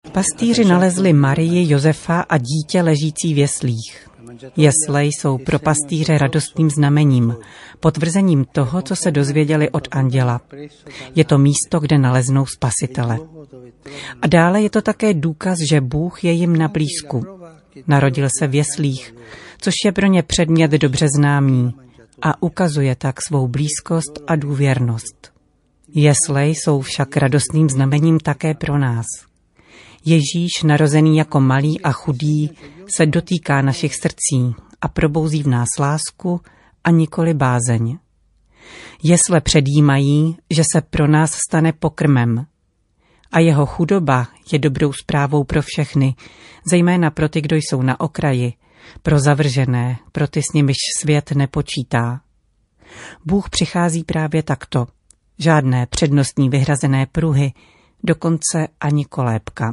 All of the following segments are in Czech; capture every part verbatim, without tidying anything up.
Pastýři nalezli Marii, Josefa a dítě ležící v jeslích. Jesle jsou pro pastýře radostným znamením, potvrzením toho, co se dozvěděli od anděla. Je to místo, kde naleznou Spasitele. A dále je to také důkaz, že Bůh je jim na blízku. Narodil se v jeslích, což je pro ně předmět dobře známý a ukazuje tak svou blízkost a důvěrnost. Jesle jsou však radostným znamením také pro nás. Ježíš, narozený jako malý a chudý, se dotýká našich srdcí a probouzí v nás lásku a nikoli bázeň. Jesle předjímají, že se pro nás stane pokrmem. A jeho chudoba je dobrou zprávou pro všechny, zejména pro ty, kdo jsou na okraji, pro zavržené, pro ty, s nimiž svět nepočítá. Bůh přichází právě takto. Žádné přednostní vyhrazené pruhy, dokonce ani kolébka.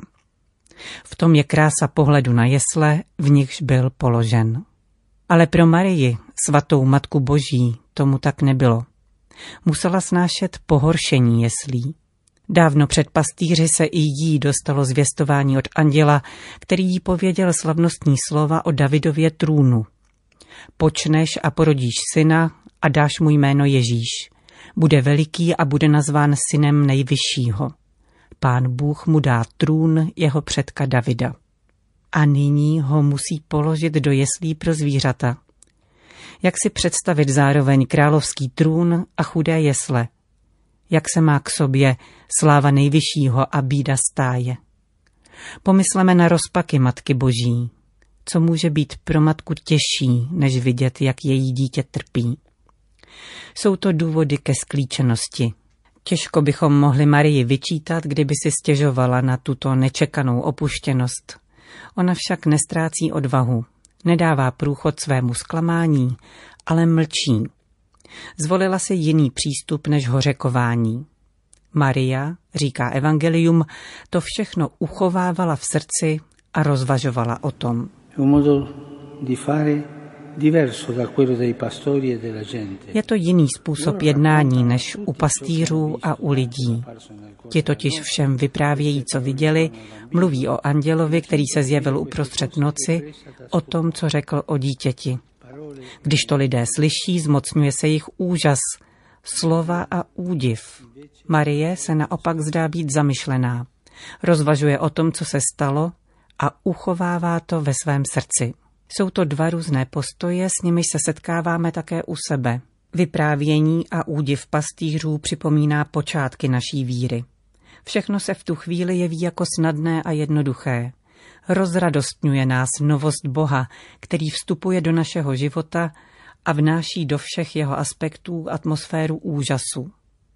V tom je krása pohledu na jesle, v nichž byl položen. Ale pro Marii, svatou Matku Boží, tomu tak nebylo. Musela snášet pohoršení jeslí. Dávno před pastýři se i jí dostalo zvěstování od anděla, který jí pověděl slavnostní slova o Davidově trůnu. Počneš a porodíš syna a dáš mu jméno Ježíš. Bude veliký a bude nazván synem nejvyššího. Pán Bůh mu dá trůn jeho předka Davida. A nyní ho musí položit do jeslí pro zvířata. Jak si představit zároveň královský trůn a chudé jesle? Jak se má k sobě sláva nejvyššího a bída stáje? Pomysleme na rozpaky Matky Boží. Co může být pro matku těžší, než vidět, jak její dítě trpí? Jsou to důvody ke sklíčenosti. Těžko bychom mohli Marii vyčítat, kdyby si stěžovala na tuto nečekanou opuštěnost. Ona však nestrácí odvahu, nedává průchod svému zklamání, ale mlčí. Zvolila si jiný přístup než hořekování. Maria, říká evangelium, to všechno uchovávala v srdci a rozvažovala o tom. Je to jiný způsob jednání než u pastýřů a u lidí. Ti totiž všem vyprávějí, co viděli, mluví o andělovi, který se zjevil uprostřed noci, o tom, co řekl o dítěti. Když to lidé slyší, zmocňuje se jich úžas, slova a údiv. Marie se naopak zdá být zamyšlená. Rozvažuje o tom, co se stalo a uchovává to ve svém srdci. Jsou to dva různé postoje, s nimiž se setkáváme také u sebe. Vyprávění a údiv pastýřů připomíná počátky naší víry. Všechno se v tu chvíli jeví jako snadné a jednoduché. Rozradostňuje nás novost Boha, který vstupuje do našeho života a vnáší do všech jeho aspektů atmosféru úžasu.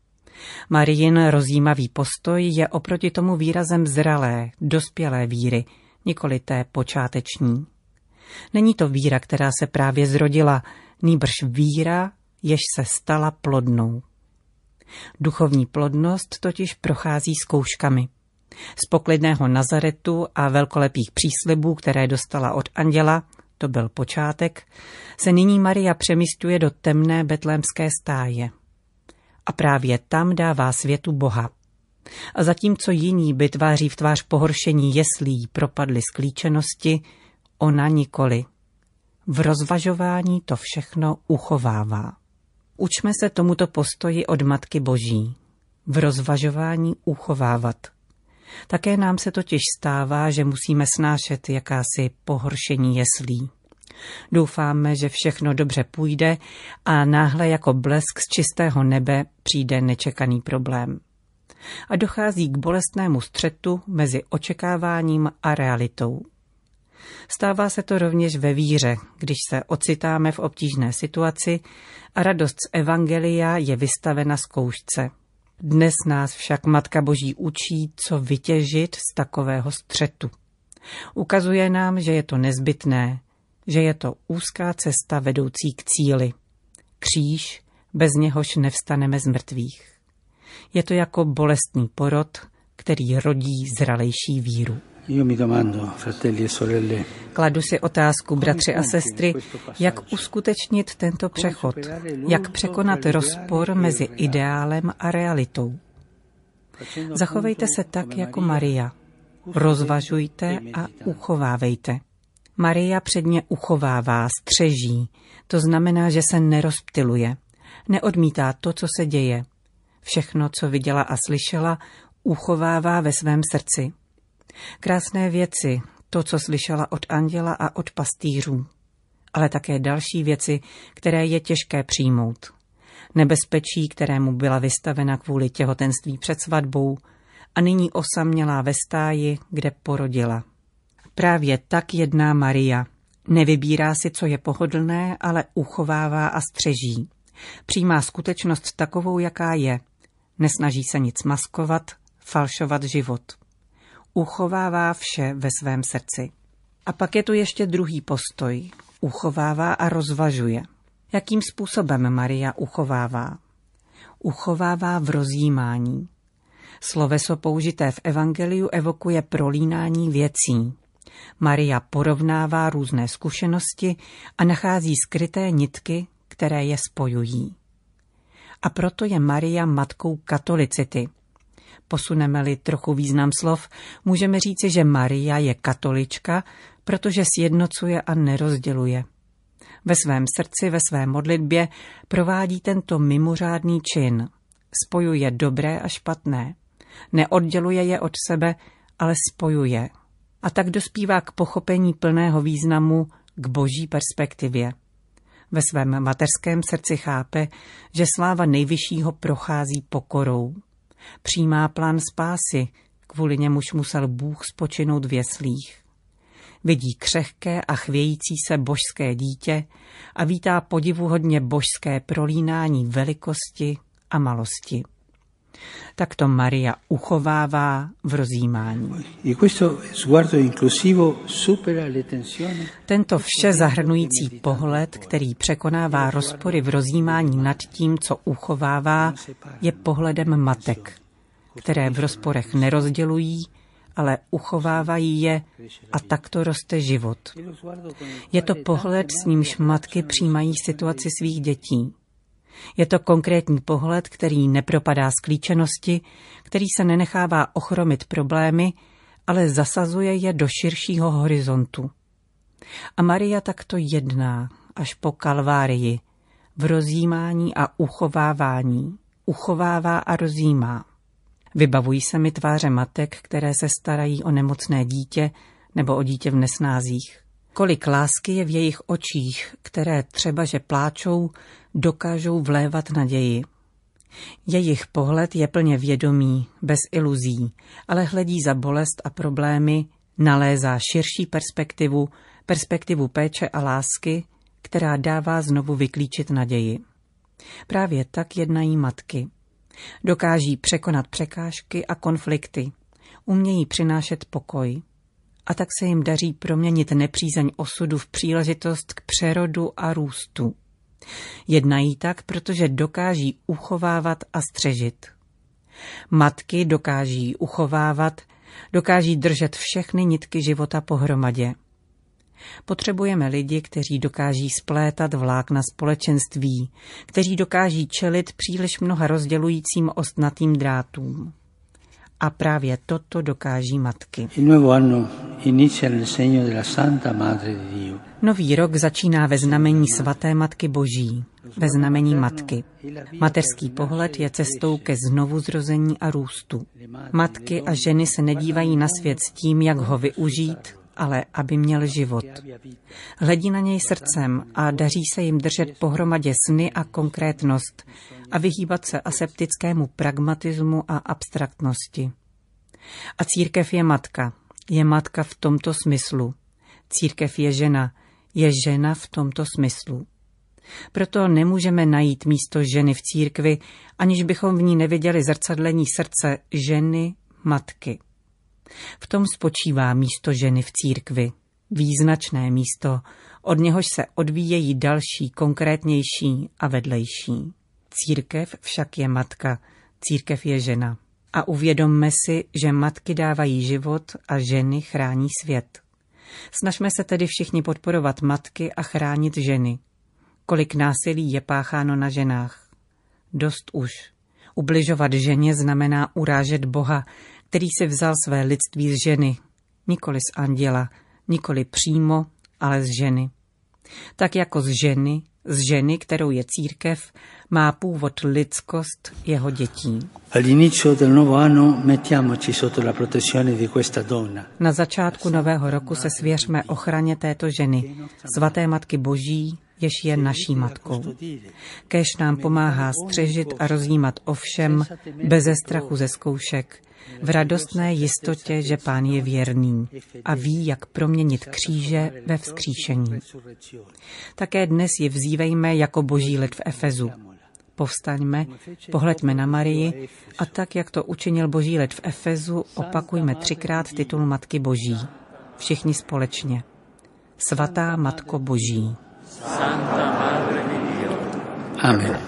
Marijin rozjímavý postoj je oproti tomu výrazem zralé, dospělé víry, nikoli té počáteční. Není to víra, která se právě zrodila, nýbrž víra, jež se stala plodnou. Duchovní plodnost totiž prochází zkouškami. Z poklidného Nazaretu a velkolepých příslibů, které dostala od anděla, to byl počátek, se nyní Maria přemísťuje do temné betlémské stáje. A právě tam dává světu Boha. A zatímco jiní by tváří v tvář pohoršení jeslí propadli sklíčenosti, ona nikoli. V rozvažování to všechno uchovává. Učme se tomuto postoji od Matky Boží. V rozvažování uchovávat. Také nám se totiž stává, že musíme snášet jakási pohoršení jeslí. Doufáme, že všechno dobře půjde a náhle jako blesk z čistého nebe přijde nečekaný problém. A dochází k bolestnému střetu mezi očekáváním a realitou. Stává se to rovněž ve víře, když se ocitáme v obtížné situaci a radost z evangelia je vystavena zkoušce. Dnes nás však Matka Boží učí, co vytěžit z takového střetu. Ukazuje nám, že je to nezbytné, že je to úzká cesta vedoucí k cíli. Kříž, bez něhož nevstaneme z mrtvých. Je to jako bolestný porod, který rodí zralejší víru. Kladu si otázku, bratři a sestry, jak uskutečnit tento přechod, jak překonat rozpor mezi ideálem a realitou. Zachovejte se tak jako Maria. rozvažujte a uchovávejte. Maria předně uchovává, střeží, to znamená, že se nerozptyluje, neodmítá to, co se děje. Všechno, co viděla a slyšela, uchovává ve svém srdci. Krásné věci, to, co slyšela od anděla a od pastýřů, ale také další věci, které je těžké přijmout. Nebezpečí, kterému byla vystavena kvůli těhotenství před svatbou a nyní osamělá ve stáji, kde porodila. Právě tak jedná Maria. Nevybírá si, co je pohodlné, ale uchovává a střeží. Přijímá skutečnost takovou, jaká je. Nesnaží se nic maskovat, falšovat život. Uchovává vše ve svém srdci. A pak je tu ještě druhý postoj. Uchovává a rozvažuje. Jakým způsobem Maria uchovává? Uchovává v rozjímání. Sloveso použité v evangeliu evokuje prolínání věcí. Maria porovnává různé zkušenosti a nachází skryté nitky, které je spojují. A proto je Maria matkou katolicity. Posuneme-li trochu význam slov, můžeme říci, že Maria je katolička, protože sjednocuje a nerozděluje. Ve svém srdci, ve své modlitbě provádí tento mimořádný čin. Spojuje dobré a špatné. Neodděluje je od sebe, ale spojuje. A tak dospívá k pochopení plného významu, k boží perspektivě. Ve svém mateřském srdci chápe, že sláva nejvyššího prochází pokorou. Přijímá plán spásy, kvůli němuž musel Bůh spočinout v jeslích. Vidí křehké a chvějící se božské dítě a vítá podivuhodně božské prolínání velikosti a malosti. Takto Maria uchovává v rozjímání. Tento vše zahrnující pohled, který překonává rozpory v rozjímání nad tím, co uchovává, je pohledem matek, které v rozporech nerozdělují, ale uchovávají je a takto roste život. Je to pohled, s nímž matky přijímají situaci svých dětí. Je to konkrétní pohled, který nepropadá z klíčenosti, který se nenechává ochromit problémy, ale zasazuje je do širšího horizontu. A Maria takto jedná až po Kalvárii, v rozjímání a uchovávání. Uchovává a rozjímá. Vybavují se mi tváře matek, které se starají o nemocné dítě nebo o dítě v nesnázích. Kolik lásky je v jejich očích, které třeba, že pláčou, dokážou vlévat naději. Jejich pohled je plně vědomý, bez iluzí, ale hledí za bolest a problémy, nalézá širší perspektivu, perspektivu péče a lásky, která dává znovu vyklíčit naději. Právě tak jednají matky. Dokáží překonat překážky a konflikty, umějí přinášet pokoj. A tak se jim daří proměnit nepřízeň osudu v příležitost k přerodu a růstu. Jednají tak, protože dokáží uchovávat a střežit. Matky dokáží uchovávat, dokáží držet všechny nitky života pohromadě. Potřebujeme lidi, kteří dokáží splétat vlákna společenství, kteří dokáží čelit příliš mnoha rozdělujícím ostnatým drátům. A právě toto dokáží matky. Nový rok začíná ve znamení svaté Matky Boží, ve znamení matky. Mateřský pohled je cestou ke znovuzrození a růstu. Matky a ženy se nedívají na svět s tím, jak ho využít, ale aby měl život. Hledí na něj srdcem a daří se jim držet pohromadě sny a konkrétnost a vyhýbat se aseptickému pragmatismu a abstraktnosti. A církev je matka. Je matka v tomto smyslu. Církev je žena. Je žena v tomto smyslu. Proto nemůžeme najít místo ženy v církvi, aniž bychom v ní neviděli zrcadlení srdce ženy, matky. V tom spočívá místo ženy v církvi. Význačné místo, od něhož se odvíjejí další, konkrétnější a vedlejší. Církev však je matka, církev je žena. A uvědomme si, že matky dávají život a ženy chrání svět. Snažme se tedy všichni podporovat matky a chránit ženy. Kolik násilí je pácháno na ženách? Dost už. Ubližovat ženě znamená urážet Boha, který si vzal své lidství z ženy, nikoli z anděla, nikoli přímo, ale z ženy. Tak jako z ženy, z ženy, kterou je církev, má původ lidskost jeho dětí. Na začátku nového roku se svěřme ochraně této ženy, svaté Matky Boží, jež je naší matkou. Kéž nám pomáhá střežit a rozjímat o všem, beze strachu ze zkoušek, v radostné jistotě, že Pán je věrný a ví, jak proměnit kříže ve vzkříšení. Také dnes ji vzívejme jako boží lid v Efezu. Povstaňme, pohleďme na Marii a tak, jak to učinil boží lid v Efezu, opakujme třikrát titul Matky Boží. Všichni společně. Svatá Matko Boží. Amen.